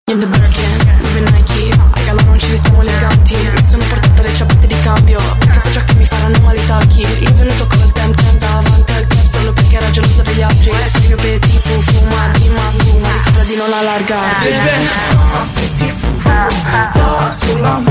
In the Birkin, dove Nike, ai galà non ci vestiamo eleganti. Mi sono portata le ciabatte di cambio, perché so già che mi faranno male i tacchi. Io venuto col tempo davanti al club solo perché era geloso degli altri. Sei mio petit fufu, ma di ma ricorda di non allargarti. Sta sulla